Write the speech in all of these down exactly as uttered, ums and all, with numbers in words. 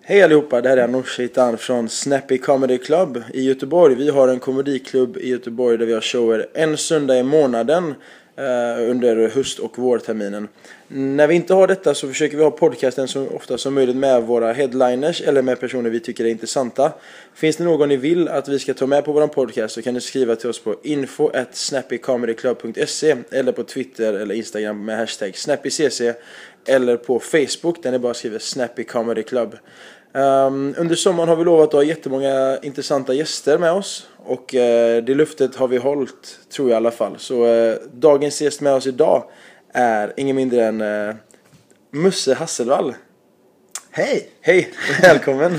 Hej allihopa, det här är Anoush Shaitan från Snappy Comedy Club i Göteborg. Vi har en komediklubb i Göteborg där vi har shower en söndag i månaden eh, under höst- och vårterminen. När vi inte har detta så försöker vi ha podcasten så ofta som möjligt med våra headliners eller med personer vi tycker är intressanta. Finns det någon ni vill att vi ska ta med på vår podcast så kan ni skriva till oss på info at snappycomedyclub punkt se eller på Twitter eller Instagram med hashtag snappycc eller på Facebook där ni bara skriver Snappy Comedy Club. Um, under sommaren har vi lovat att ha jättemånga intressanta gäster med oss och uh, det luftet har vi hållit, tror jag i alla fall. Så uh, dagens gäst med oss idag är ingen mindre än uh, Musse Hasselvall. Hej! Hej, välkommen!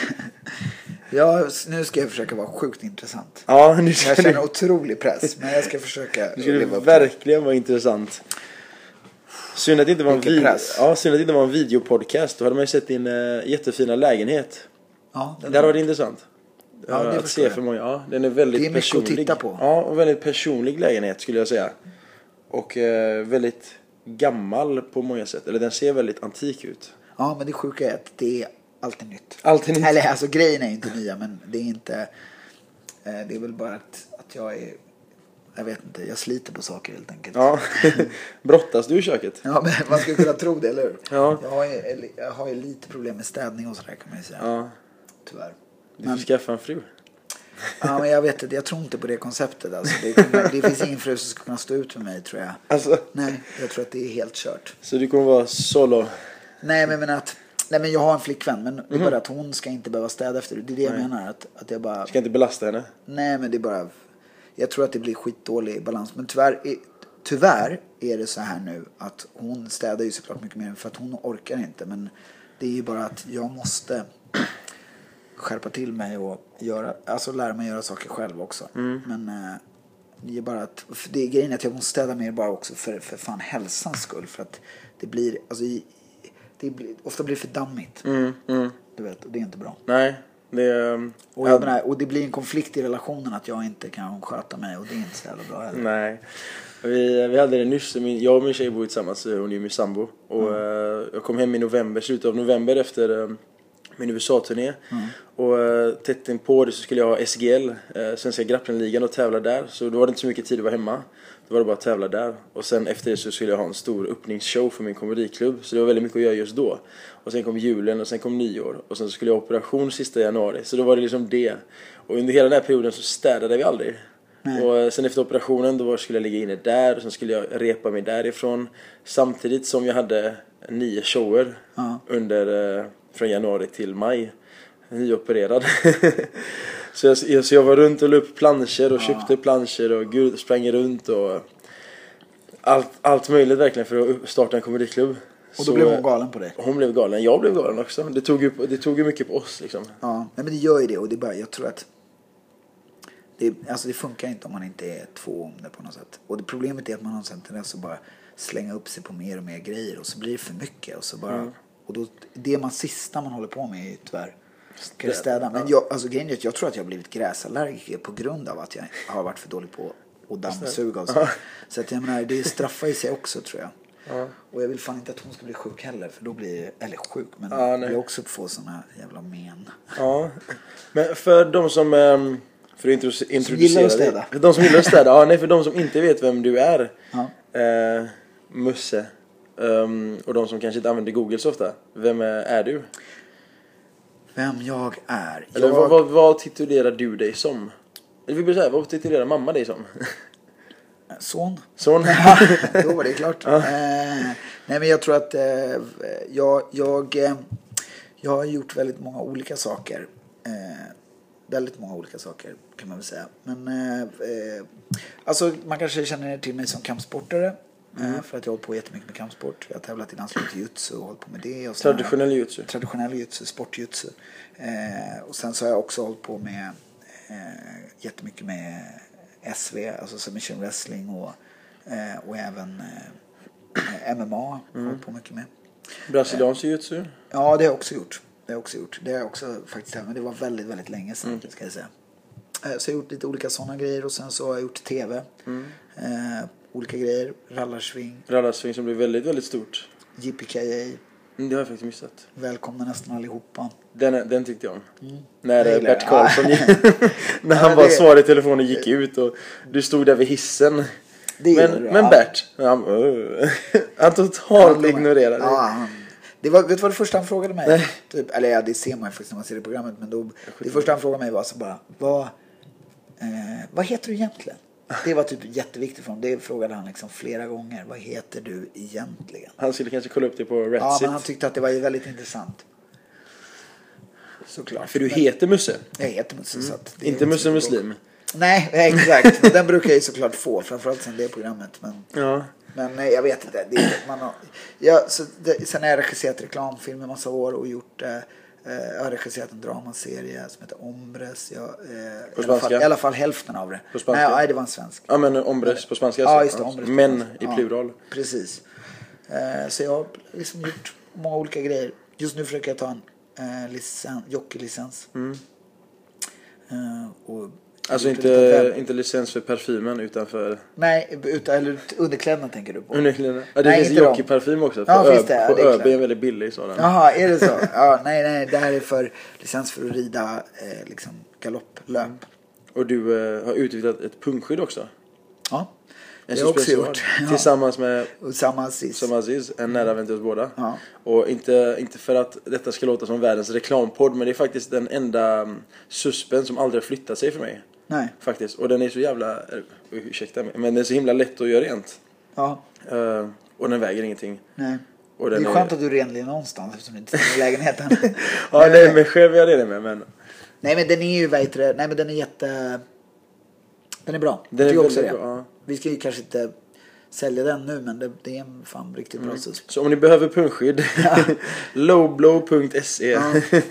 Ja, nu ska jag försöka vara sjukt intressant. Ja, nu ska jag känner du... otrolig press, men jag ska försöka. Nu ska du verkligen vara intressant. Synd att det inte var en vid... ja, synd att det inte var en videopodcast. Då hade man ju sett din uh, jättefina lägenhet. Ja, det hade varit intressant. Ja, det att se för många. Ja, den är väldigt det är mycket personlig. att titta på. Ja, och väldigt personlig lägenhet skulle jag säga. Och uh, väldigt gammal på många sätt. Eller den ser väldigt antik ut. Ja, men det sjuka är att det är alltid nytt. Alltid nytt. Eller alltså grejen är inte nya, men det är inte eh, det är väl bara att, att jag är jag vet inte, jag sliter på saker helt enkelt. Ja, brottas du i köket? Ja, men man skulle kunna tro det, eller hur? Ja. Jag har ju, jag har ju lite problem med städning och sådär kan man ju säga. Ja. Tyvärr. Du får skaffa en fru. Ja, men jag vet inte, jag tror inte på det konceptet alltså. det, kommer, det finns ingen fru som ska kunna stå ut med mig, tror jag. Alltså. Nej, jag tror att det är helt kört. Så du kommer vara solo? Nej, men, men att nej, men jag har en flickvän, men det är Mm. bara att hon ska inte behöva städa efter det. Det är det jag Nej. menar, att, att jag bara... Ska inte belasta henne? Nej, men det är bara... Jag tror att det blir skitdålig balans. Men tyvärr, tyvärr är det så här nu att hon städar ju såklart mycket mer för att hon orkar inte. Men det är ju bara att jag måste skärpa till mig och göra, alltså lära mig göra saker själv också. Mm. Men eh, det är bara att, för det är grejen att jag måste städa mer bara också för, för fan hälsans skull. För att det blir, alltså det blir, ofta blir det för dammigt. Mm, mm. Du vet, och det är inte bra. Nej. Det, och, jag menar, och det blir en konflikt i relationen att jag inte kan sköta mig, och det är inte så jävla bra heller. Nej. Vi, vi hade det nyss. Jag och min tjej bor tillsammans. Hon är min sambo. Och mm. uh, jag kom hem i november, slutet av november efter uh, min U S A-turné. Mm. Och uh, tätt in på det så skulle jag ha S G L, uh, Svenska Grapplingligan, och tävla där. Så då var det inte så mycket tid att vara hemma. Då var det bara att tävla där. Och sen efter det så skulle jag ha en stor öppningsshow för min komediklubb. Så det var väldigt mycket att göra just då. Och sen kom julen och sen kom nyår. Och sen skulle jag ha operation sista januari. Så då var det liksom det. Och under hela den här perioden så städade vi aldrig. Nej. Och sen efter operationen då skulle jag ligga inne där. Och sen skulle jag repa mig därifrån. Samtidigt som jag hade nio shower uh-huh. under, eh, från januari till maj. Nyopererad. så, jag, så jag var runt och la upp planscher och ja. köpte planscher och gud, sprang runt och allt, allt möjligt verkligen för att starta en komediklubb. Och då så, blev hon galen på det. Hon blev galen, jag blev galen också. Det tog ju, det tog ju mycket på oss liksom. Ja, nej, men det gör ju det, och det är bara, jag tror att det, alltså det funkar inte om man inte är två om det på något sätt. Och det problemet är att man har en tendens att bara slänga upp sig på mer och mer grejer, och så blir det för mycket och så bara mm. och då, det man sista man håller på med är ju tyvärr ska det städa. Men jag, alltså grejen är att jag tror att jag har blivit gräsallergiker på grund av att jag har varit för dålig på att dammsuga och så. Ja. Så att jag menar, det straffar ju sig också, tror jag. Ja. Och jag vill fan inte att hon ska bli sjuk heller, för då blir, eller sjuk, men ja, jag också få såna jävla men. Ja. Men för de som för att introducera som gillar att städa. De som gillar att städa. Ja, nej, för de som inte vet vem du är. Ja. Eh, Musse. Um, och de som kanske inte använder Google så ofta. Vem är, är du? Vem jag är? Eller jag... vad, vad, vad titulerar du dig som? Eller vi börjar säga, vad titulerar mamma dig som? Son. Son. Då var det klart. Ja. Eh, nej, men jag tror att eh, jag, jag, eh, jag har gjort väldigt många olika saker. Eh, väldigt många olika saker kan man väl säga. Men eh, eh, alltså man kanske känner till mig som kampsportare. Mm. För att jag har hållit på jättemycket med kampsport. Jag har tävlat i landslaget jutsu och hållit på med det. Och traditionell jutsu. Traditionell jutsu, sportjutsu. Eh, och sen så har jag också hållit på med eh, jättemycket med S V, alltså submission wrestling och, eh, och även eh, M M A mm. hållit på mycket med. Brasiliansk jutsu? Ja, det har jag också gjort. Det har jag också gjort. Det har jag också faktiskt, men det var väldigt, väldigt länge sedan, mm. ska jag säga. Eh, så jag har gjort lite olika sådana grejer, och sen så har jag gjort tv. Mm. Eh, olika grejer, rallarsving. Rallarsving som blir väldigt, väldigt stort. J P K A. Mm, det har jag faktiskt missat. Välkomna nästan allihopa. Den, den tyckte jag om. Mm. När jag Bert Karlsson gick, när han ja, bara det... svarade i telefonen och gick ut och du stod där vid hissen. Men, men Bert, han, uh, han totalt han, ignorerade. Ja, han, det var, vet du vad det första han frågade mig? Typ, eller ja, det ser man ju faktiskt när man ser det programmet. Men då, det första han frågade mig var så bara, vad, eh, vad heter du egentligen? Det var typ jätteviktigt för honom. Det frågade han liksom flera gånger. Vad heter du egentligen? Han skulle kanske kolla upp det på Ratsit. Ja, men han tyckte att det var väldigt intressant. Såklart. För du heter Musse? Jag heter Musse. Mm. Så att det inte Musse Muslim? Nej, exakt. Men den brukar jag ju såklart få. Framförallt sen det programmet. Men, ja. men nej, jag vet inte. Det är, man har, ja, så det, sen har jag regisserat reklamfilm i massa år och gjort... Eh, jag har regisserat en dramaserie som heter Ombres. Jag, eh, på i, alla fall, I alla fall hälften av det. På spanska? Nej, det var en svensk. Ja, men Ombres på spanska? Ja, just det. Ombres men i plural. Ja, precis. Eh, så jag har liksom gjort många olika grejer. Just nu försöker jag ta en eh, licens, jockeylicens. Mm. Eh, och alltså inte, inte licens för parfymen utan för... Nej, utan, eller underkläderna tänker du på. Underkläderna? Ja, det nej, finns jockeyparfym också. För ja, Ö- finns det. Ja, på ÖB är en väldigt billig sådan. Jaha, är det så? Ja, nej, nej. Det här är för licens för att rida eh, liksom galopplöp. Mm. Och du eh, har utvecklat ett pungskydd också? Ja, det har jag också gjort. Tillsammans med Osama Aziz. Osama Aziz, en nära vän till oss båda. Ja. Och inte, inte för att detta ska låta som världens reklampodd, men det är faktiskt den enda suspen som aldrig har flyttat sig för mig. Nej. Faktiskt. Och den är så jävla, ursäkta mig, men den är så himla lätt att göra rent. Ja. Uh, och den väger ingenting. Nej. Och det är den skönt är... att du är renlig någonstans eftersom du inte sitter i lägenheten. Ja, det är mig själv jag är det med, men... Nej, men den är ju, vet du, nej men den är jätte... Den är bra. Den är också det. Bra, ja. Vi ska ju kanske inte sälja den nu, men det, det är en fan riktigt bra mm. susp. Så om ni behöver pungskydd, ja. lowblow punkt se. Ja.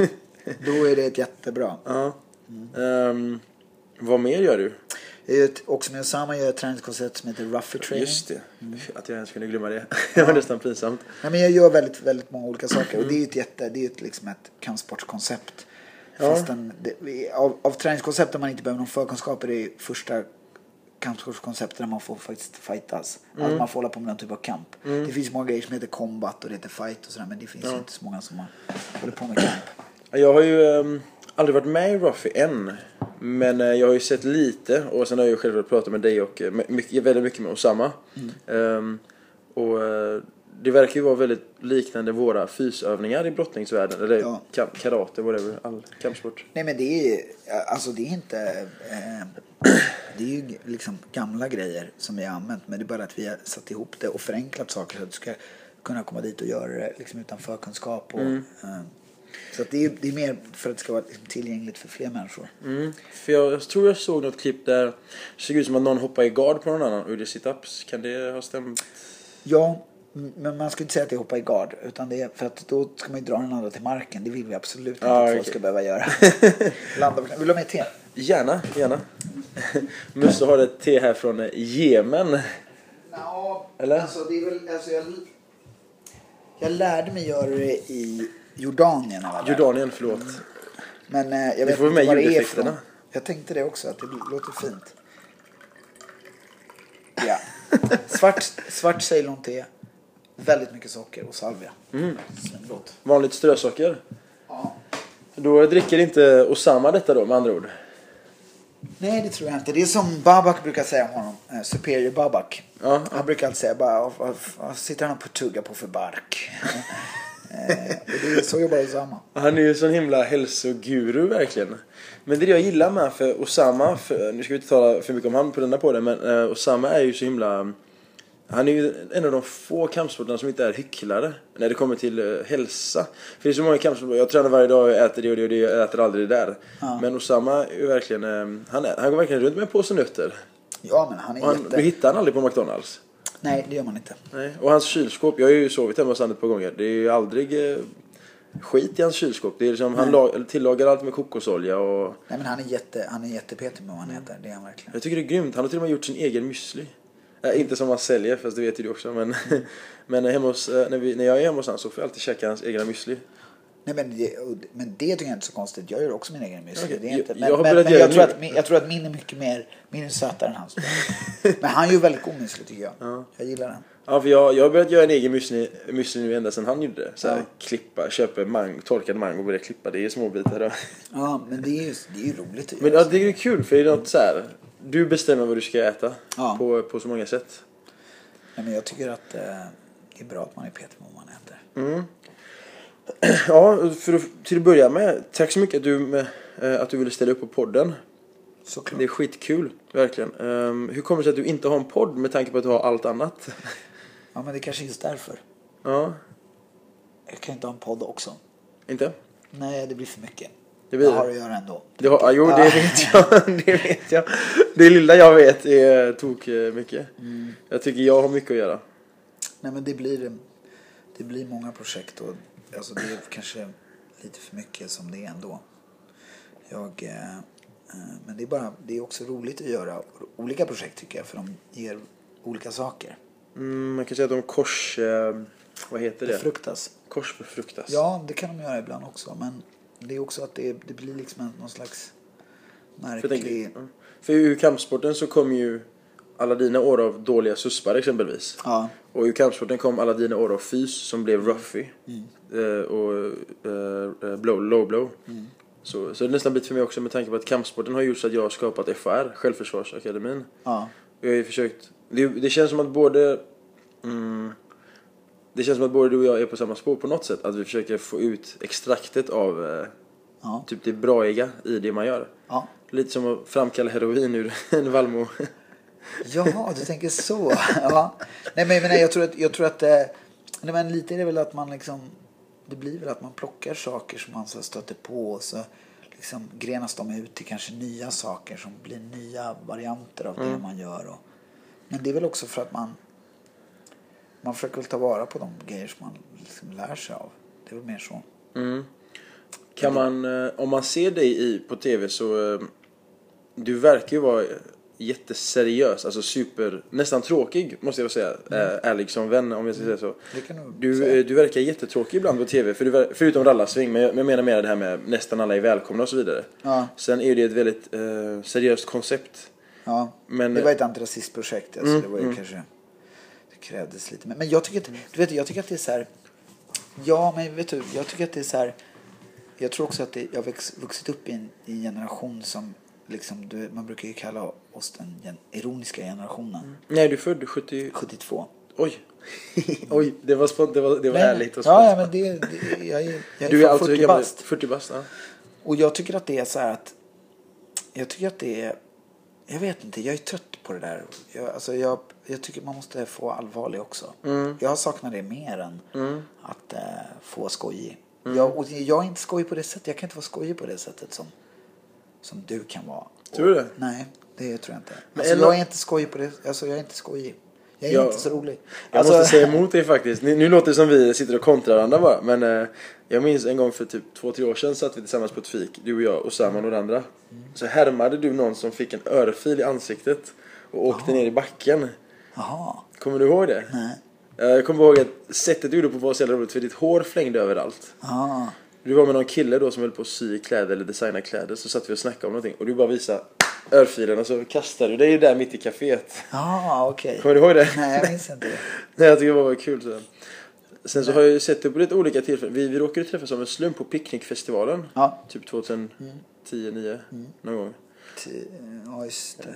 Då är det ett jättebra. Ja. Mm. Um, vad mer gör du? Jag gör ett, också med Osama gör ett träningskoncept som heter Ruffy Training. Just det, mm. att jag ens kunde glömma det. Det var nästan pinsamt. Nej, men jag gör väldigt, väldigt många olika saker. Mm. Och det är ju ett, jätte, det är ett, liksom ett kampsportskoncept. Ja. Fast den, det, av, av träningskoncept där man inte behöver någon förkunskap är det första kampsportskoncept där man får faktiskt fightas. Mm. Alltså man får hålla på med någon typ av kamp. Mm. Det finns många grejer som heter combat och det heter fight och sådär, men det finns ja. inte så många som håller på med kamp. Jag har ju um, aldrig varit med i Ruffy än. Men uh, jag har ju sett lite. Och sen har jag ju själv pratat med dig och uh, mycket, väldigt mycket med Osama. Mm. Um, och uh, det verkar ju vara väldigt liknande våra fysövningar i brottningsvärlden. Eller ja. kam- karate, whatever. All kampsport. Nej, men det är ju, alltså det är inte... Eh, det är ju liksom gamla grejer som vi har använt. Men det är bara att vi har satt ihop det och förenklat saker så att du ska kunna komma dit och göra det liksom utan förkunskap. Och, mm. eh, så att det, är, det är mer för att det ska vara liksom tillgängligt för fler människor. Mm. För jag, jag tror jag såg något klipp där det såg ut som att någon hoppar i gard på någon annan och gjorde sit-ups. Kan det ha stämt? Ja, men man ska inte säga att det hoppar i gard, utan det är för att då ska man ju dra den andra till marken. Det vill vi absolut inte ah, att folk okay. ska behöva göra. Landa, vill du ha med te? Gärna, gärna. Musse har ett te här från Jemen. Ja, eller? Alltså, det är väl, alltså jag, jag lärde mig göra det i Jordanien. Jordanien, förlåt. Men eh, jag vet inte vad det är från. Jag tänkte det också, att det låter fint. Ja. Svart, svart Ceylon-te. Väldigt mycket socker och salvia. Mm. Vanligt strösocker? Ja. Då dricker inte Osama detta då, med andra ord? Nej, det tror jag inte. Det är som Babak brukar säga om honom. Eh, Superior Babak. Ja. Han brukar alltid säga bara, vad, vad sitter han på tugga på för bark? eh, det är så jobbar Osama. Han är ju sån himla hälsoguru verkligen. Men det jag gillar med för Osama, för, nu ska vi inte tala för mycket om han på den där podden, men eh, Osama är ju så himla... Han är ju en av de få kampsportarna som inte är hycklare när det kommer till uh, hälsa. För det är så många kampsporter. Jag tränar varje dag och äter det och det och det. Jag äter aldrig det där. Ja. Men Osama är ju verkligen... Uh, han, är, han går verkligen runt med påsen nötter. Ja, men han är han, jätte... Du hittar han aldrig på McDonalds. Nej, det gör man inte. Nej. Och hans kylskåp. Jag har ju sovit hemma hos han ett par gånger. Det är ju aldrig uh, skit i hans kylskåp. Det är liksom, han lag, tillagar allt med kokosolja och... Nej, men han är, jätte, han är jättepetig med vad han äter. Det är han verkligen. Jag tycker det är grymt. Han har till och med gjort sin egen müsli. Äh, inte som man säljer, fast det vet ju du också. Men, men hemma hos, när, vi, när jag är hemma hos han så får jag alltid käka hans egna müsli. Nej, men det, men det tycker jag inte är så konstigt. Jag gör också min egen müsli. Okay. Det är inte, jag, men jag, men, men jag, tror att, jag tror att min är mycket mer min är sötare än hans. Men han gör väldigt god müsli tycker jag. Ja. Jag gillar den. Ja, för jag, jag har börjat göra en egen müsli, müsli nu ända sedan han gjorde det. Så här, Ja. klippa, köper mang, torkad mango och börjar klippa. Det är små bitar då. Ja, men det är ju, det är ju roligt att Men göra ja, det är kul för det är något så här. Du bestämmer vad du ska äta Ja. på, på så många sätt. Nej, men jag tycker att eh, det är bra att man är petig med vad man äter. Mm. Ja, för att, till att börja med, tack så mycket att du, med, eh, att du ville ställa upp på podden. Såklart. Det är skitkul, verkligen. Um, hur kommer det sig att du inte har en podd med tanke på att du har allt annat? Ja, men det kanske är just därför. Ja, Jag kan inte ha en podd också. inte? Nej, det blir för mycket. Det blir Jag har det. att göra ändå. Det har, ah, jo, det Ja. vet jag. Det vet jag. Det lilla jag vet är tok eh, mycket. Mm. Jag tycker jag har mycket att göra. Nej, men det blir, det blir många projekt och alltså det är kanske lite för mycket som det är ändå. Jag, eh, men det är bara, det är också roligt att göra olika projekt tycker jag, för de ger olika saker. Mm, man kan säga att de kors... Eh, vad heter det? Befruktas. Kors befruktas. Ja, det kan de göra ibland också, men det är också att det, det blir liksom en, någon slags märklig... För, tänk, ja. för ur kampsporten så kom ju alla dina år av dåliga suspar exempelvis. Ja. Och ur kampsporten kom alla dina år av fys som blev roughy. Mm. Eh, och eh, blow, low blow. Mm. Så, så det är nästan blivit för mig också med tanke på att kampsporten har gjort så att jag har skapat F A R, Självförsvarsakademin. Ja. Och jag har ju försökt... Det, det känns som att både... Mm, det känns som att både du och jag är på samma spår på något sätt. Att vi försöker få ut extraktet av eh, Ja. typ det braiga i det man gör. Ja. Lite som att framkalla heroin ur en vallmo. Ja, du tänker så. Ja. Nej, men, men jag tror att, jag tror att eh, nej, men lite är det väl att man liksom, det blir väl att man plockar saker som man så stöter på och så liksom grenas de ut till kanske nya saker som blir nya varianter av det Mm. man gör. Och, men det är väl också för att man man försöker väl ta vara på de grejer som man liksom lär sig av. Det är väl mer så. Mm. Kan man, eh, om man ser dig i, på tv så... Eh, du verkar ju vara jätteseriös, alltså super, nästan tråkig måste jag säga, mm. äh, ärlig som vän om jag ska säga så. Det kan du Du, säga. du verkar jättetråkig ibland på tv, för du, förutom rallarsving, men jag, jag menar mer det här med nästan alla är välkomna och så vidare. Ja. Sen är det ett väldigt eh, seriöst koncept. Ja, Men, det var ett antirasistprojekt. Alltså, Mm, det var ju mm. kanske... Det krävdes lite. Men, men jag tycker att... Du vet, jag tycker att det är så här... Ja, men vet du, jag tycker att det är så här... Jag tror också att det, jag har växt, vuxit upp i en, i en generation som... Liksom, du, man brukar ju kalla oss den gen, ironiska generationen. Mm. Nej, du är född sjuttio... sjuttiotvå. Oj. Oj, det var, spont, det var, det var men, ärligt och ja, ja, men det, det, jag är, jag är, du är alltså fyrtio gammal, bast. fyrtio bast, ja. Och jag tycker att det är så här att... Jag tycker att det är... Jag vet inte, jag är trött på det där. Jag, alltså jag, jag tycker man måste få allvarlig också. Mm. Jag saknar det mer än Mm. att eh, få skojig. Mm. Jag, och jag är inte skojig på det sättet. Jag kan inte vara skojig på det sättet som, som du kan vara. Tror du det? Nej, det tror jag inte. Men Alltså, ändå- jag är inte skojig på det. Alltså, jag är inte skojig. Jag är Jag- inte så rolig. Jag Alltså, måste säga emot dig faktiskt. Nu, nu låter det som vi sitter och kontrar varandra bara. Men eh, jag minns en gång för typ två, tre år sedan satt vi tillsammans på ett fik. Du och jag och Sam och några andra. Mm. Så härmade du någon som fick en örfil i ansiktet. Och åkte ner i backen. Jaha, Kommer du ihåg det? nej. Eh, Jag kommer ihåg att sättet du gjorde på var så jävla roligt. För ditt hår flängde överallt. Ja. Du var med någon kille då som höll på att sy kläder eller designa kläder. Så satt vi och snackade om någonting. Och du bara visade örfilen och så kastade du. Det är ju där mitt i kaféet. Ja, okej. Kommer du ihåg det? Nej, jag minns inte det. Nej, jag tycker det var kul så. Sen så har jag ju sett det på lite olika tillfällen. Vi, vi råkade träffas som en slump på picknickfestivalen. Ja. Typ tjugohundratio, nio någon gång. T- Ja, just det.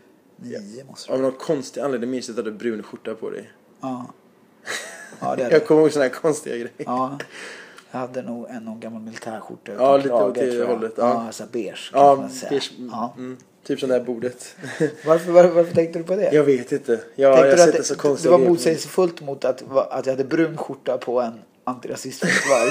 Nio måste det Av någon konstig anledning minns jag att du hade brun skjorta på dig. Ja. Ja, det är Jag det. kommer ihåg såna här konstiga grejer. Ja. Jag hade nog en någon gammal militärskjorta utan Ja, lite krage, åt det tror jag. hållet, ja. Ja, så här beige kan Ja, man säga. beige, Ja. mm, typ sån där bordet. Varför, varför, varför tänkte du på det? Jag vet inte. Jag, Tänkte jag du har att sett det det, så det konstiga var grejer. motsägelsefullt mot att, att jag hade brun skjorta på en antirasistfestival?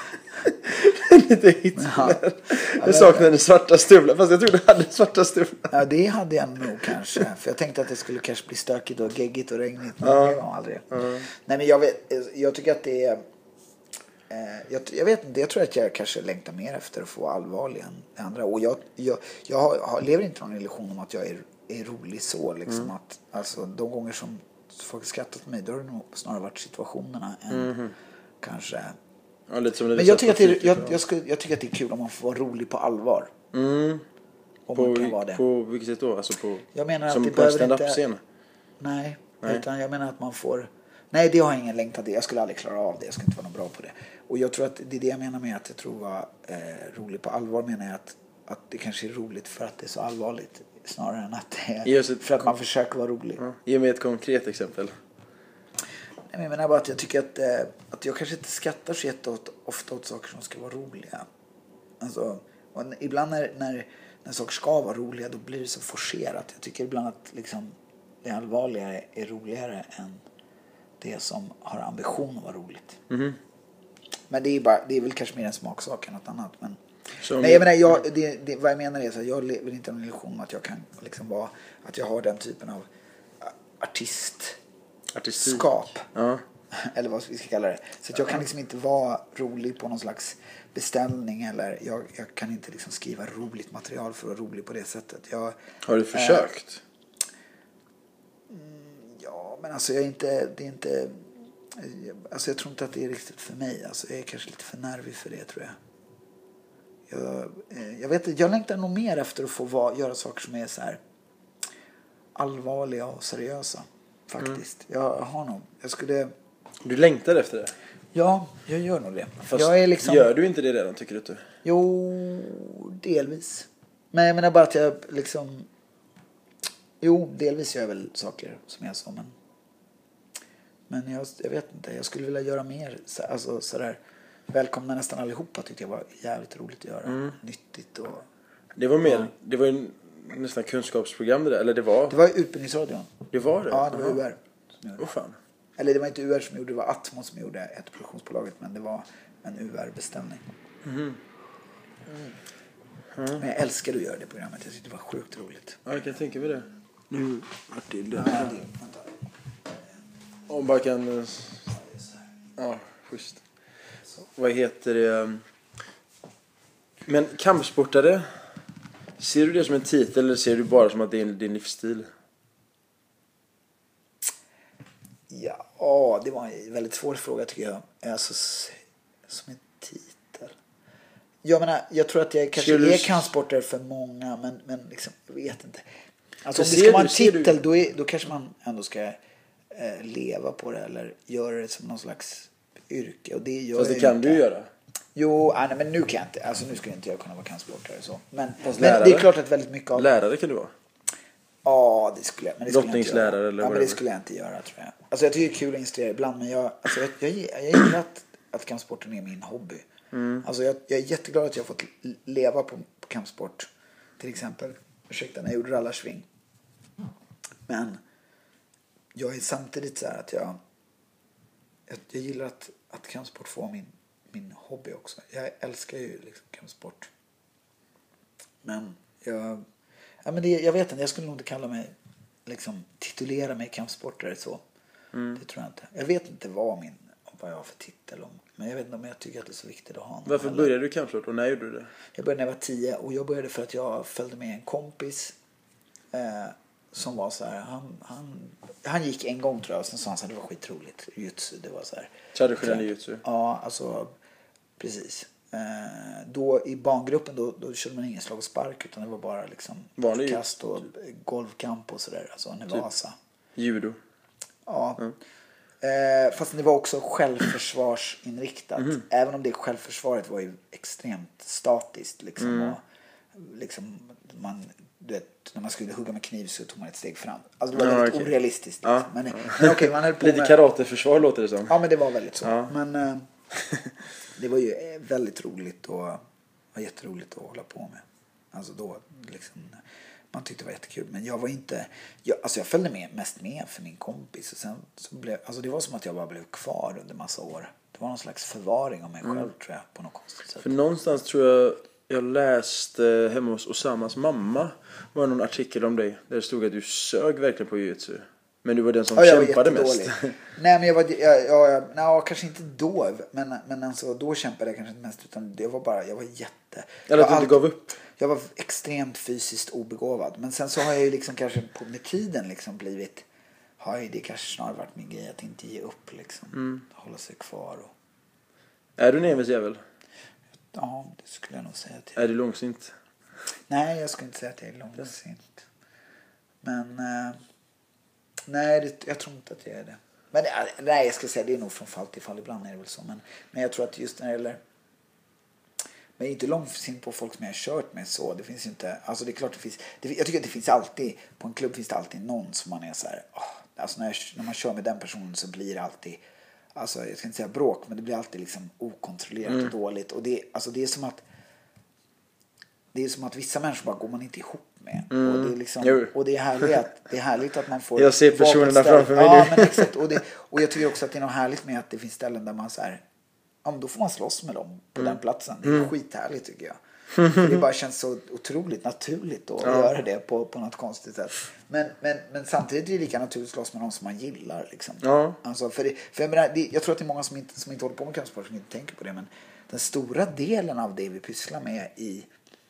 Lite Hitler. Ja. Jag saknade svarta stövlar. Fast jag tror du hade svarta stövlar. Ja, det hade jag nog kanske. För jag tänkte att det skulle kanske bli stökigt och geggigt och regnigt. Men Ja. det var aldrig. Ja. Nej, men jag, vet, jag tycker att det är... Eh, jag, jag vet inte, jag tror att jag kanske längtar mer efter att få allvarlig än andra. Och jag, jag, jag har, har, lever inte någon illusion om att jag är, är rolig så. Liksom Mm. att, alltså, de gånger som folk skrattat åt mig, då har det nog snarare varit situationerna än Mhm. kanske... Ja, lite som när vi Men jag satt tycker, att på det, är- fiket, jag, ja. jag, skulle, jag tycker att det är kul om man får vara rolig på allvar. Mm. Om På, man kan vara det. på vilket sätt då? Alltså på, Jag menar att som det på en behöver stand-up-scen? inte... Nej, Nej. utan jag menar att man får Nej, det har jag ingen längtan till. Jag skulle aldrig klara av det. Jag skulle inte vara någon bra på det. Och jag tror att det är det jag menar med att jag tror var eh, roligt på allvar, menar jag att, att det kanske är roligt för att det är så allvarligt snarare än att det är för att man försöker vara rolig. Ja. Ge mig ett konkret exempel. Nej, men jag menar bara att jag tycker att, eh, att jag kanske inte skrattar så jätteofta åt saker som ska vara roliga. Alltså, och ibland när, när, när saker ska vara roliga, då blir det så forcerat. Jag tycker ibland att liksom, det allvarliga är roligare än det som har ambition att vara roligt. Mm. Men det är, bara, det är väl kanske mer en smaksak än något annat. Men, så nej, jag menar, jag, det, det, vad jag menar är att jag lever inte en illusion om att jag kan liksom vara, att jag har den typen av artistskap. Ja. Eller vad vi ska kalla det. Så att jag kan liksom inte vara rolig på någon slags beställning. Eller jag, jag kan inte liksom skriva roligt material för att vara rolig på det sättet. Jag, har du försökt? Eh, ja, men alltså jag är inte... Det är inte alltså jag tror inte att det är riktigt för mig. Alltså jag är kanske lite för nervig för det, tror jag. Jag, jag vet inte, jag längtar nog mer efter att få vara, göra saker som är så här allvarliga och seriösa. Faktiskt. Mm. Jag har nog... Jag skulle... Du längtar efter det? Ja, jag gör nog det. Fast jag är liksom... gör du inte det redan, tycker du? Jo, delvis. Men jag menar bara att jag liksom... Jo, delvis gör jag väl saker som jag sa, men... Men jag, jag vet inte, jag skulle vilja göra mer. Så, alltså sådär, välkomna nästan allihopa tyckte jag var jävligt roligt att göra. Mm. Nyttigt och... Det var mer, ja. Det var ju nästan kunskapsprogram det där, eller det var... Det var Utbildningsradion. Det var det? Ja, det var U R som gjorde. Åh fan. Eller det var inte U R som gjorde, det var Atmos som gjorde ett produktionsbolaget, men det var en U R-beställning. Mm. Mm. Men jag älskade att göra det programmet, jag tyckte det var sjukt roligt. Ja, jag kan tänka mig det. Nu vart det det. Ja, om bara kan... Ja, schysst. Vad heter det? Men kampsportare, ser du det som en titel eller ser du bara som att det är din livsstil? Ja, det var en väldigt svår fråga tycker jag. Alltså, som en titel. Jag menar, jag tror att jag kanske du... är kampsportare för många, men, men liksom, jag vet inte. Alltså, om det ska vara en titel, du... då, är, då kanske man ändå ska eh, leva på det eller göra det som någon slags yrke. Och det gör Fast det jag kan inte. Du göra? Jo, nej, men nu kan jag inte. Alltså, nu skulle inte jag kunna vara kampsportare så. Men, men det är klart att väldigt mycket av... Lärare kan du vara? Ja, det skulle jag, men det skulle jag inte göra. Eller ja, men det skulle jag inte göra, tror jag. Alltså jag tycker det är kul att inspirera ibland, men jag, alltså, jag, jag, jag gillar att, att kampsporten är min hobby. Mm. Alltså jag, jag är jätteglad att jag har fått leva på, på kampsport. Till exempel, ursäkta, när jag gjorde rallarsving. Men jag är samtidigt så här att jag, jag, jag gillar att, att kampsport får min, min hobby också. Jag älskar ju liksom kampsport. Men jag... Ja, men det, jag vet inte, jag skulle nog inte kalla mig liksom, titulera mig kampsportare så. Mm. Det tror jag inte. Jag vet inte vad min vad jag har för titel om. Men jag vet inte om jag tycker att det är så viktigt att ha någon. Varför började du kampsport och när gjorde du det? Jag började när jag var tio och jag började för att jag följde med en kompis eh, som var så här, han, han, han gick en gång tror jag och sen sa han så här, det var skitroligt. Jutsu, det var så här. Traditionell jutsu? Ja, alltså precis. Eh, då i barngruppen då, då körde man ingen slag och spark utan det var bara liksom vanlig kast och golvkamp och sådär, alltså Nevasa. Typ. Judo. Ja. Mm. Eh, fast det var också självförsvarsinriktat. Mm. Även om det självförsvaret var ju extremt statiskt liksom, mm. och liksom man, du vet, när man skulle hugga med kniv så tog man ett steg fram. Alltså det var ja, väldigt okay. orealistiskt liksom. Ja. Men, men okay, man höll på lite med... karateförsvar låter det som. Ja, men det var väldigt så. Ja. Men eh, det var ju väldigt roligt och var jätteroligt att hålla på med. Alltså då liksom, man tyckte det var jättekul. Men jag var inte, jag, alltså jag följde med, mest med för min kompis. Och sen så blev, alltså det var som att jag bara blev kvar under massa år. Det var någon slags förvaring av mig själv mm. tror jag, på något konstigt sätt. För någonstans tror jag jag läste hemma hos Osamas mamma var någon artikel om dig. Där det stod att du sög verkligen på jiu-jitsu. Men du var den som ja, kämpade mest. Nej, men jag var jag, jag, nej, kanske inte då, men men alltså då kämpade jag kanske inte mest utan det var bara jag var jätte. Eller att du inte gav upp. Jag var extremt fysiskt obegåvad, men sen så har jag ju liksom kanske på med tiden liksom blivit har ju det kanske snarare varit min grej att inte ge upp liksom. Mm. Hålla sig kvar och... Är du en envis jävel? Ja, det skulle jag nog säga till. Är du långsint? Nej, jag skulle inte säga att jag är långsint. Men eh, nej, det, jag tror inte att jag är det. Men nej, jag ska säga det är nog från fall till fall, ibland är det väl så. Men, men jag tror att just när det gäller... Men inte långsint på folk som jag har kört med så. Det finns ju inte... Alltså det är klart det finns... Det, jag tycker att det finns alltid... På en klubb finns det alltid någon som man är så här... Oh, alltså när, jag, när man kör med den personen så blir det alltid... Alltså jag ska inte säga bråk, men det blir alltid liksom okontrollerat mm. och dåligt. Och det, alltså det är som att... Det är som att vissa människor bara går man inte ihop med. Mm. Och, det är liksom, och det är härligt att, det är härligt att man får... Jag ser personerna framför mig ja, nu. Men exakt. Och, det, och jag tycker också att det är något härligt med att det finns ställen där man så här... Ja, men då får man slåss med dem på mm. den platsen. Det är mm. skithärligt tycker jag. För det bara känns så otroligt naturligt då, att ja. göra det på, på något konstigt sätt. Men, men, men samtidigt är det lika naturligt att slåss med någon som man gillar. Liksom. Ja. Alltså, för det, för jag, menar, det, jag tror att det är många som inte, som inte håller på med kampsport som inte tänker på det. Men den stora delen av det vi pysslar med i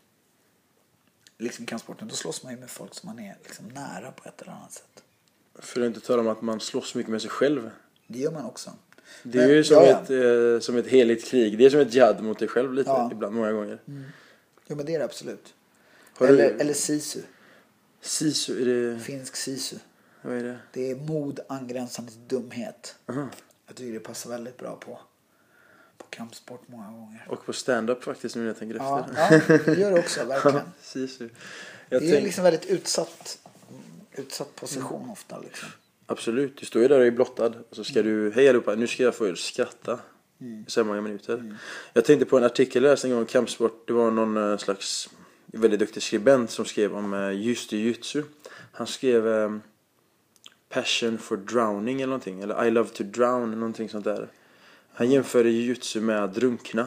liksom kampsporten, då slåss man ju med folk som man är liksom nära på ett eller annat sätt. För att inte tala om att man slåss mycket med sig själv. Det gör man också. Det är men, ju som, ja, ett, eh, som ett heligt krig. Det är som ett jihad mot dig själv lite ja. ibland, många gånger. Mm. Jo, men det är det absolut. Eller, du... eller sisu. Sisu, är det... Finsk sisu. Vad är det? Det är mod angränsande till dumhet. Uh-huh. Jag tycker det passar väldigt bra på på kampsport många gånger. Och på stand-up faktiskt, nu när jag tänker ja, efter. Ja, det gör det också, verkligen. Sisu. Jag det är tänk... liksom väldigt utsatt utsatt position mm. ofta liksom. Absolut, du står ju där och är blottad och så ska mm. du, hej allihopa, nu ska jag få er skratta mm. i så många minuter. Mm. Jag tänkte på en artikel jag läste en gång om kampsport. Det var någon slags väldigt duktig skribent som skrev om just jiu-jitsu. Han skrev um, passion for drowning eller någonting, eller I love to drown, någonting sånt där. Han jämförde jiu-jitsu med att drunkna.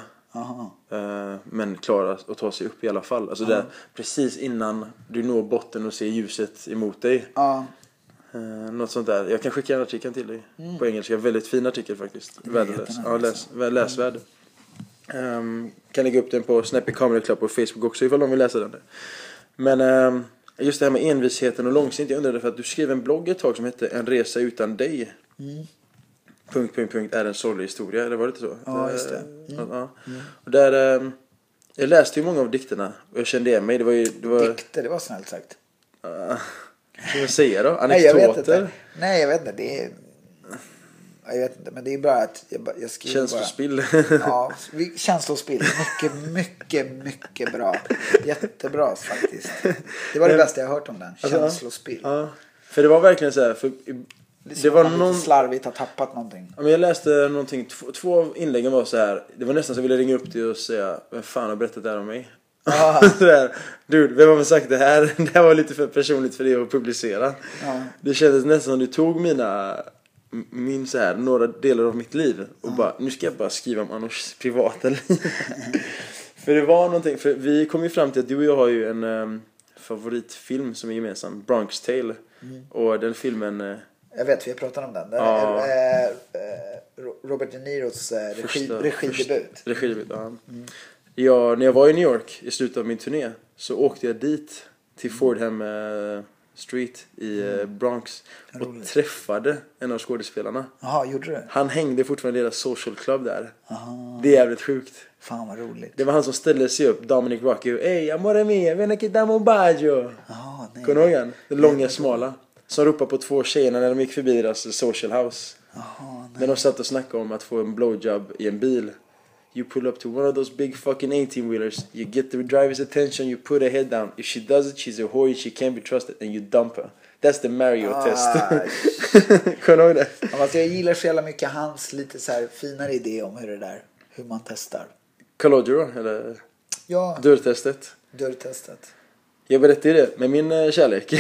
Uh, men klara att ta sig upp i alla fall. Alltså där, precis innan du når botten och ser ljuset emot dig. Ja. Uh, något sånt där. Jag kan skicka en artikel till dig mm. på engelska. Väldigt fin artikel faktiskt. Värdelös. Ja, läs, läsvärd. Um, kan lägga upp den på Snappy Comedy Club på Facebook också ifall de vill läsa den där. Men um, just det här med envisheten och långsiktigt. Jag undrade för att du skrev en blogg ett tag som hette En resa utan dig. Mm. Punkt, punkt, punkt är en sorglig historia. Eller var det inte så? Ja, just det. Mm. Ja. Mm. Och där... Um, jag läste ju många av dikterna. Och jag kände igen mig. Det var ju... Det var... Dikter, det var snällt sagt. Uh, ska jag säga då? Anekdoter? Nej, jag vet inte. Nej, jag vet inte. Det är... Jag vet inte, men det är bara att jag, jag skriver känslospill. Bara... Ja, känslospill. Mycket, mycket, mycket bra. Jättebra faktiskt. Det var det bästa jag hört om den. Känslospill. Ja, för det var verkligen så här... För... Det, det var någon slarvigt har tappat någonting. Ja, men jag läste någonting, två, två av inläggen var så här. Det var nästan så jag ville ringa upp dig och säga, vem fan har berättat det här om mig? Ah. Så där, dude, vem har sagt det här? Det här var lite för personligt för det att publicera. Ah. Det kändes nästan som du tog mina min så här, några delar av mitt liv och ah. bara, nu ska jag bara skriva om Anors privata liv. För det var någonting, för vi kom ju fram till att du och jag har ju en um, favoritfilm som är gemensam, Bronx Tale. Mm. Och den filmen... Uh, jag vet, vi har pratat om den. Den ja. är äh, Robert De Niros äh, regi, regidebut. Regidebut, ja. Mm. Ja, när jag var i New York i slutet av min turné så åkte jag dit till Fordham äh, Street i äh, Bronx och roligt. Träffade en av skådespelarna. Jaha, gjorde du? Han hängde fortfarande i deras social club där. Aha. Det är jävligt sjukt. Fan vad roligt. Det var han som ställde sig upp, Dominic Rocky. Ey, amore mia, ven aquí damo un bacio. Kommer du ihåg han? Den långa, smala. Som ropade på två tjejerna när de gick förbi deras social house. Aha, när de satt och snackade om att få en blowjob i en bil. You pull up to one of those big fucking eighteen-wheelers. You get the driver's attention, you put her head down. If she does it, she's a whore, she can't be trusted. And you dump her. That's the Mario ah, test. Kommer du ihåg det? Alltså jag gillar så jävla mycket hans lite så här finare idé om hur det där, hur man testar. Calogero, eller? Ja. Dörrtestet. Dörrtestet. Jag berättade det med min uh, kärlek.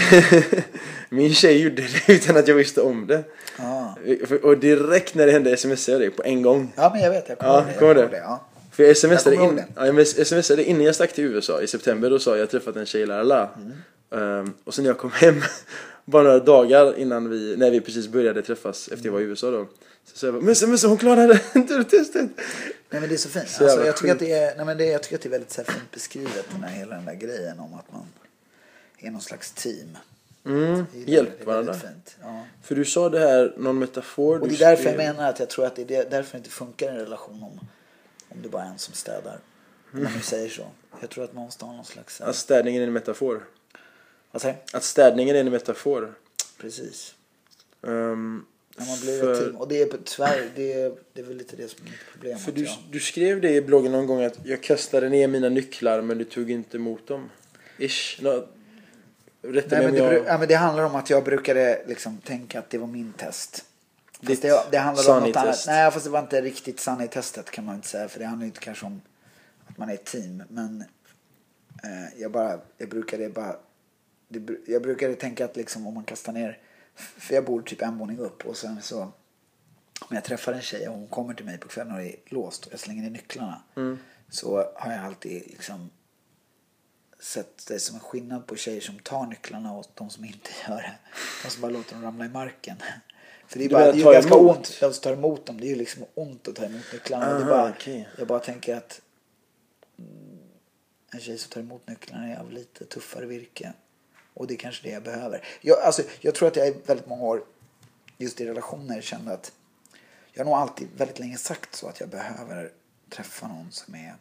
Min tjej gjorde det utan att jag visste om det. Ah. Och direkt när det hände smsade jag det på en gång. Ja, men jag vet, jag kommer ja, ihåg det. Kommer det. det ja. För jag smsade, jag in, ja, jag smsade innan jag stack till U S A i september. Då sa jag, jag träffat en tjej, lala. Mm. Um, och sen när jag kom hem, bara några dagar innan vi, när vi precis började träffas efter jag var i U S A då. Så sa jag bara, men så hon klarade dörrtestet. Nej, men det är så fint. Så alltså, jag, tycker att det är, nej, men det, jag tycker att det är väldigt så fint beskrivet, den här, hela den där grejen om att man är någon slags team. Mm, hjälp varandra. Ja. För du sa det här, någon metafor. Och det är därför jag menar att jag tror att det är därför det inte funkar en relation om, om det bara är en som städar. Om man nu säger så. Jag tror att man måste ha någon slags... Att städningen är en metafor. Vad säger du? Att städningen är en metafor. Precis. Um, När man blir För- ett team. Och det är på Sverige, det är, det är väl lite det som är mitt problem. För att du, jag- du skrev det i bloggen någon gång att jag kastade ner mina nycklar men du tog inte emot dem. Ish. No, rätta Nej, mig men om det, jag... bru- ja, men det handlar om att jag brukade liksom tänka att det var min test. Fast Ditt det, det handlar om något Sunny-test. annat. Nej, fast det var inte riktigt Sunny-testet kan man inte säga. För det handlar inte kanske om att man är ett team. Men eh, jag bara, jag brukade bara, det, bru- jag brukade tänka att liksom om man kastar ner, för jag bor typ en våning upp och sen så om jag träffar en tjej och hon kommer till mig på kvällen och det är låst och jag slänger ner nycklarna. Mm. Så har jag alltid liksom sett det som en skillnad på tjejer som tar nycklarna och de som inte gör det. De som bara låter dem ramla i marken. För det är, Du bara, menar det är ju ta ganska emot? ont. De som tar emot dem. Det är ju liksom ont att ta emot nycklarna. Och det är Aha, bara, okej. Jag bara tänker att mm, en tjej som tar emot nycklarna är av lite tuffare virke. Och det är kanske det jag behöver. Jag, alltså, jag tror att jag i väldigt många år just i relationer kände att jag har nog alltid väldigt länge sagt så att jag behöver träffa någon som är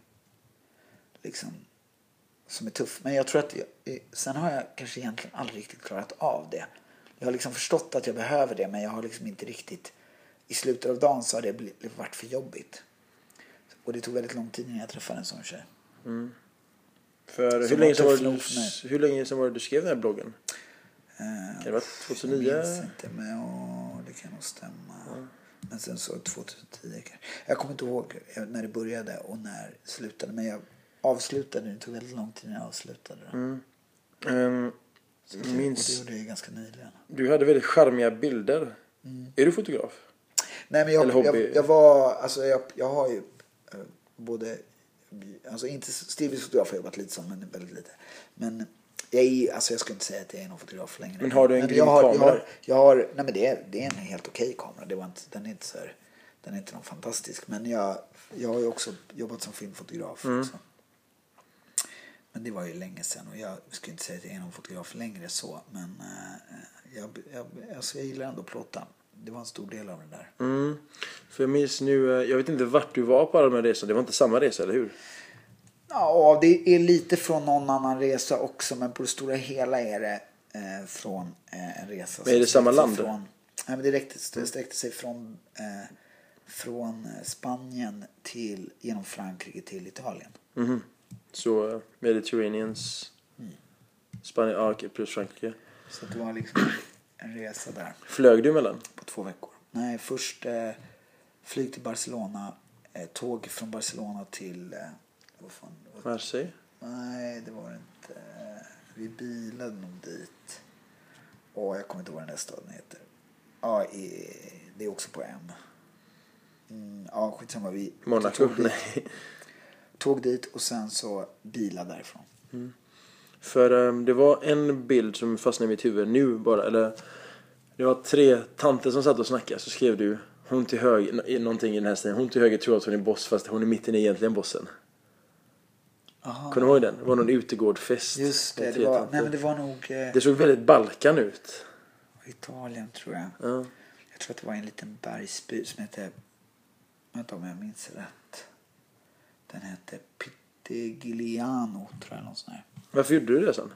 liksom som är tuff. Men jag tror att jag, sen har jag kanske egentligen aldrig riktigt klarat av det. Jag har liksom förstått att jag behöver det, men jag har liksom inte riktigt i slutet av dagen så har det blivit, varit för jobbigt. Och det tog väldigt lång tid innan jag träffade en sån tjej. Mm. För hur Som länge, var sedan var tuff det, nog för mig. du, hur länge sedan var det du skrev den här bloggen? Eh, Kan det vara tjugohundranio? Jag minns inte, men åh, det kan nog stämma. Ja. Men sen så tjugohundratio kanske. Jag kommer inte ihåg när det började och när det slutade. Men jag avslutade, det tog väldigt lång tid innan jag avslutade det. Mm. Um, Så det, minns, och det gjorde jag ganska nyligen. du hade väldigt charmiga bilder. Mm. Är du fotograf? Nej, men jag, Eller hobby? jag, jag var, alltså jag, jag har ju eh, både, alltså inte stilvis fotograf har jag jobbat lite som, men väldigt lite. Men jag är, alltså jag ska inte säga att jag är någon fotograf längre. Men har du en men grym jag har, kamera? Jag har, jag har, nej men det är, det är en helt okej kamera. Det var inte, den är inte så här, den är inte någon fantastisk. Men jag, jag har ju också jobbat som filmfotograf Mm. också. Men det var ju länge sedan och jag ska inte säga att jag är någon fotograf längre så. Men eh, jag, jag, alltså jag gillar ändå att plåta. Det var en stor del av det där. Mm. För jag minns nu, eh, jag vet inte vart du var på alla de här resorna. Det var inte samma resa, eller hur? Ja, det är lite från någon annan resa också. Men på det stora hela är det eh, från eh, en resa. Men är det som samma sträckte land? sig Från, nej, men det, räckte, det sträckte sig från, eh, från Spanien till, genom Frankrike till Italien. Mhm. Så eh, Mediterraneans, Mm. Spanien, ja, okej, plus Frankrike. Så det var liksom en resa där Flög du emellan? på två veckor. Nej, först eh, flyg till Barcelona. Eh, tåg från Barcelona till... Eh, vad fan, vad, Marseille? nej, det var det inte. Vi bilade nog dit. Åh, jag kommer inte ihåg vad den där staden heter. Ja, i, det är också på M. Mm, ja, skitsamma. Vi Monaco? tog dit, Nej. tåg dit och sen så bilade därifrån. För um, det var en bild som fastnade i mitt huvud nu bara, eller det var tre tanter som satt och snackade, så skrev du hon till höger, någonting i den här stilen, hon till höger tror att hon är boss fast hon är mitten egentligen bossen. Aha. Kommer du ihåg den? Det var någon utegårdsfest. Just det, med det tre var, tanter. nej men det var nog eh, Det såg väldigt Balkan ut. Italien tror jag. Ja. Jag tror att det var en liten bergsby som hette, vänta om jag minns rätt. Den hette Pittigliano tror jag, någon sån här. Varför gjorde du det sen?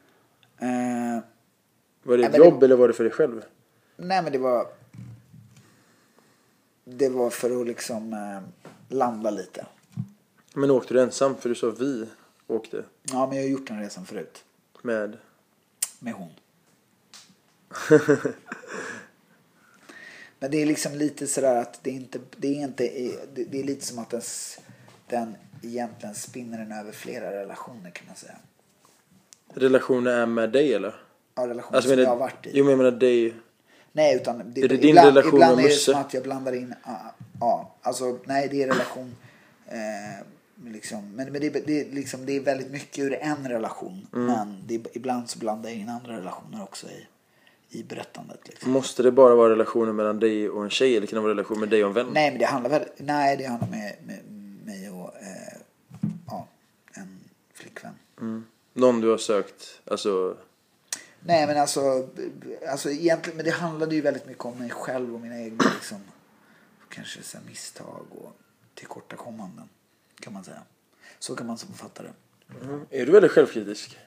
Eh, Var det Nej, ett men jobb det- eller var det för dig själv? nej men det var det var för att liksom eh, landa lite. Men åkte du ensam? För du sa vi åkte Ja, men jag har gjort den resan förut med. med hon. Men det är liksom lite sådär att det är inte det är inte det, det är lite som att den, s- den egentligen spinner den över flera relationer kan man säga. Relationen är med dig eller? Ja, relationer Alltså, som men jag har det, varit i. jo men jag menar dig. Nej, utan det, Är det din ibland, relation ibland med är det Musse? som att jag blandar in, ja, ja alltså nej det är relation, eh, liksom, men, men det, det, är liksom, det är väldigt mycket ur en relation, Mm. men det, ibland så blandar jag in andra relationer också i, i berättandet. Liksom. Måste det bara vara relationen mellan dig och en tjej eller kan det vara relation med dig och en vän? Nej, men det handlar väl, nej det handlar med, med mig och eh, ja, en flickvän. Mm. Någon du har sökt, alltså. Nej men alltså, alltså egentligen, men det handlade ju väldigt mycket om mig själv och mina egna liksom, kanske så här, misstag och tillkortakommanden kan man säga. Så kan man sammanfatta det. Mm. Är du väldigt självkritisk?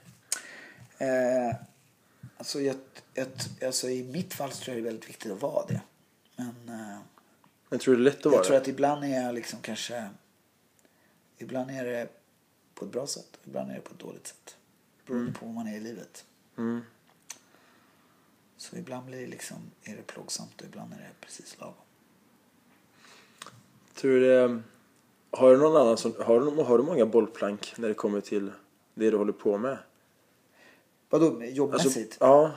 Eh, alltså, jag, jag, alltså i mitt fall så tror jag det är väldigt viktigt att vara det. Men eh, jag tror det är lätt att vara jag tror det. att ibland är jag liksom kanske, ibland är det på ett bra sätt, ibland är det på ett dåligt sätt. Beroende Mm. på vad man är i livet. Mm. Så ibland blir det liksom, är det plågsamt och ibland är det precis lagom. Tror du det, har du någon annan som, har du, har du många bollplank när det kommer till det du håller på med? Vadå, jobbmässigt? Alltså, ja.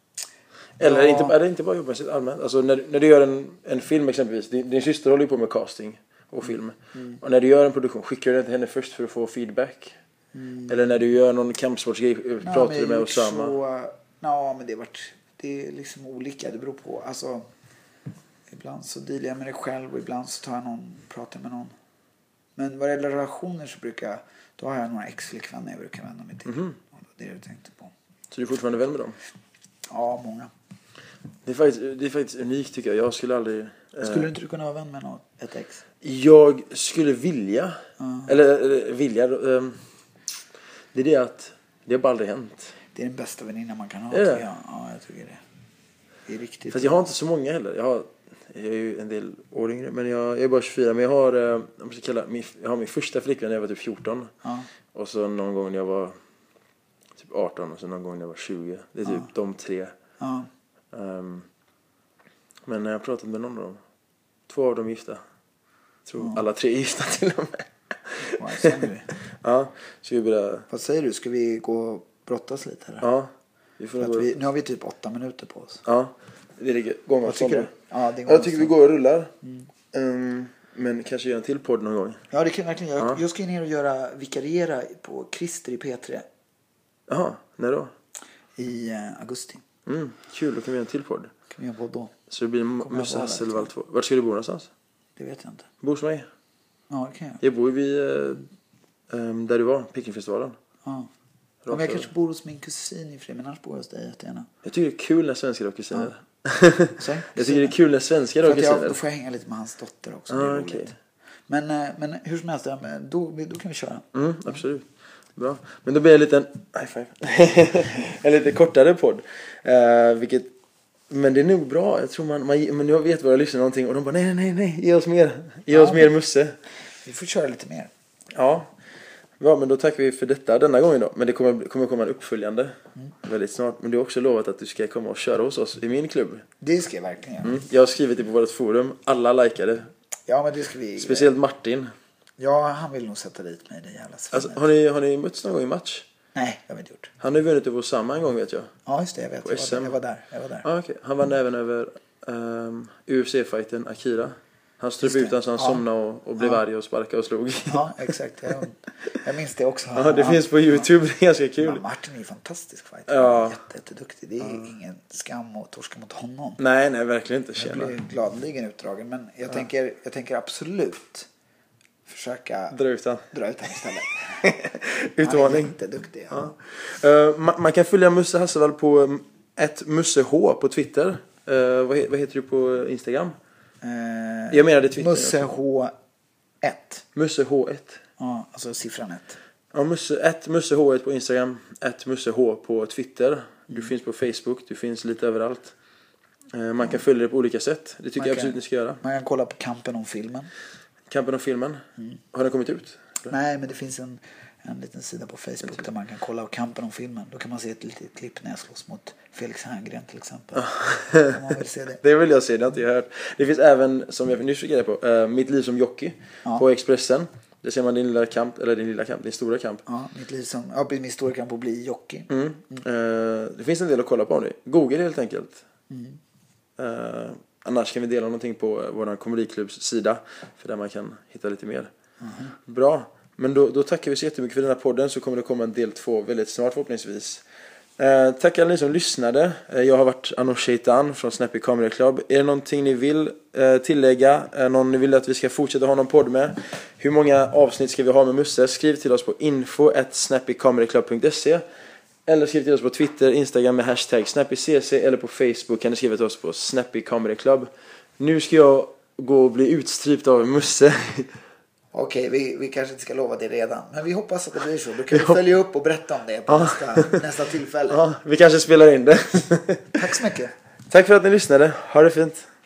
Eller Ja. inte, eller inte bara jobbmässigt, allmänt. Alltså när, när du gör en, en film exempelvis. Din, din syster håller ju på med casting och film. Mm. Och när du gör en produktion, skickar du den till henne först för att få feedback? Mm. Eller när du gör någon kampsportsgrej, Ja, pratar men du med jag gjort Osama? Så, ja, men det har varit, det är liksom olika, det beror på. Alltså, ibland så dealar jag med det själv och ibland så tar jag någon, pratar med någon. Men vad det gäller relationer så brukar jag, då har jag några ex-flickvänner jag brukar vända mig till. Mhm. Och det är det du tänkte på. Så du är fortfarande vän med dem? Ja, många. Det är faktiskt, det är faktiskt unikt tycker jag. Jag skulle aldrig... eh, Skulle inte du kunna vara vän med något, ett ex? Jag skulle vilja. Ja. Eller, eller vilja. eh, Det är det att det har bara aldrig hänt. Det är den bästa väninna man kan ha, Är det? tycker jag. Ja, jag tycker det. Det är riktigt. Fast jag har inte så många heller. Jag, har, jag är ju en del år yngre. Men jag, jag är bara tjugofyra. Men jag har, eh, jag måste kalla, min, jag har min första flickvän när jag var typ fjorton. Ja. Och så någon gång när jag var typ arton. Och så någon gång när jag var tjugo. Det är typ Ja. de tre. Ja. Um, men när jag pratat med någon av dem. Två av dem är gifta. Jag tror Ja. alla tre är gifta till och med. Vad säger du? Ja, så vi börjar... Vad säger du? Ska vi gå och brottas lite? Eller? Ja, vi får För gå... att vi, nu har vi typ åtta minuter på oss. Ja, det ligger gång Vad av tycker sådana. du? Ja, det går Jag tycker vi nästan. går och rullar. Mm. Um, men kanske gör en till podd någon gång. Ja, det kan jag verkligen. Jag, Ja. jag ska ner och göra vikariera på Christer i P tre Jaha, när då? i eh, augusti. Mm, kul, då kan vi göra en till podd. Kan vi göra podd då? Så det blir Kommer jag Musse vara där, Hasselvall två. Vart ska du bo någonstans? Det vet jag inte. Bo hos mig. Ja, det kan jag. Jag bor ju vid uh, um, där du var, Pekingfestivalen. Ja. Ja, men jag kanske bor hos min kusin i fred, men annars bor jag hos dig jättegärna. Jag tycker det är kul när svenskar har kusiner. Så, Jag tycker det är kul när svenskar För har att jag, kusiner. då får jag hänga lite med hans dotter också. Ah, det är okej. roligt. Men, eh, men hur som helst, ja, men då, då kan vi köra. Mm, absolut. Bra. Men då blir det en liten high five. En lite kortare podd. Uh, vilket, men det är nog bra. Jag tror man, man men jag vet vad jag lyssnar någonting och de bara nej nej nej, ge oss mer. Ge Ja. oss mer Musse. Vi får köra lite mer. Ja. Ja, men då tackar vi för detta denna gången då. Men det kommer, kommer komma en uppföljande mm. väldigt snart. Men du har också lovat att du ska komma och köra hos oss i min klubb. Det ska jag verkligen göra. Mm. Jag har skrivit det på vårt forum. Alla likade. Ja, men det ska vi... Speciellt Martin. Ja, han vill nog sätta dit mig, det jävla svinnet. Alltså, har, ni, har ni mötts någon gång i match? Nej, det har vi inte gjort. Han har ju vunnit över samma en gång vet jag. Ja, just det, jag vet. På Jag S var, M. jag var där. Jag var där. Ah, okay. Han vann även över um, U F C-fighten Akira. Han ströp Just det. ut honom så han Ja. somnade och, och blev Ja. arg och sparkade och slog. Ja, exakt. Jag, jag minns det också. Ja, det finns på YouTube. Det är ganska kul. Ja, Martin är ju fantastisk fighter. Ja. Jätte, jätteduktig. Det är ingen skam att torska mot honom. Nej, nej, verkligen inte. Jag Tjena. blir gladeligen utdragen. Men jag, tänker, jag tänker absolut försöka Dra ut han. dra ut honom istället. Utmaning. Han är jätteduktig. Ja. Ja. Uh, man, man kan följa Musse Hasselvall på um, ett Musse H på Twitter. Uh, vad, he, vad heter du på Instagram? Eh, Jag menar det Twitter. Musse H ett. Musse H ett. Ja, alltså siffran ett. Ja, Musse, ett Musse H ett på Instagram. Ett Musse H på Twitter. Du finns på Facebook. Du finns lite överallt. Uh, man kan följa det på olika sätt. Det tycker Man jag kan- absolut ni ska göra. Man kan kolla på kampen om filmen. Kampen om filmen. Har den kommit ut? Nej, men det finns en, en liten sida på Facebook där man kan kolla på kampen om filmen. Då kan man se ett litet klipp när jag slåss mot Felix Herngren till exempel. Om man vill se det. Det vill jag se, det har inte jag hört. Det finns även, som jag nyss fick reda på, uh, Mitt liv som jockey Ja. på Expressen. Där ser man din lilla kamp, eller din lilla kamp, din stora kamp. Ja, mitt liv som, ja, min stora kamp att bli jockey. Mm. Uh, det finns en del att kolla på om det. Google helt enkelt. Mm. Uh, annars kan vi dela någonting på vår komediklubbs sida. För där man kan hitta lite mer. Mm. Bra. Men då, då tackar vi så jättemycket för den här podden. Så kommer det komma en del två väldigt snart förhoppningsvis. Uh, tack alla ni som lyssnade. Uh, jag har varit Anoush Shaitan från Snappy Comedy Club. Är det någonting ni vill uh, tillägga? Uh, någon ni vill att vi ska fortsätta ha någon podd med? Hur många avsnitt ska vi ha med Musse? Skriv till oss på info at snappycomedyclub punkt se. Eller skriv till oss på Twitter, Instagram med hashtag snappycc. Eller på Facebook kan ni skriva till oss på Snappy Comedy Club. Nu ska jag gå och bli utstrypt av Musse. Okej, vi, vi kanske inte ska lova det redan. Men vi hoppas att det blir så. Då kan vi följa upp och berätta om det på Ja. nästa, nästa tillfälle. Ja, vi kanske spelar in det. Tack så mycket. Tack för att ni lyssnade. Ha det fint.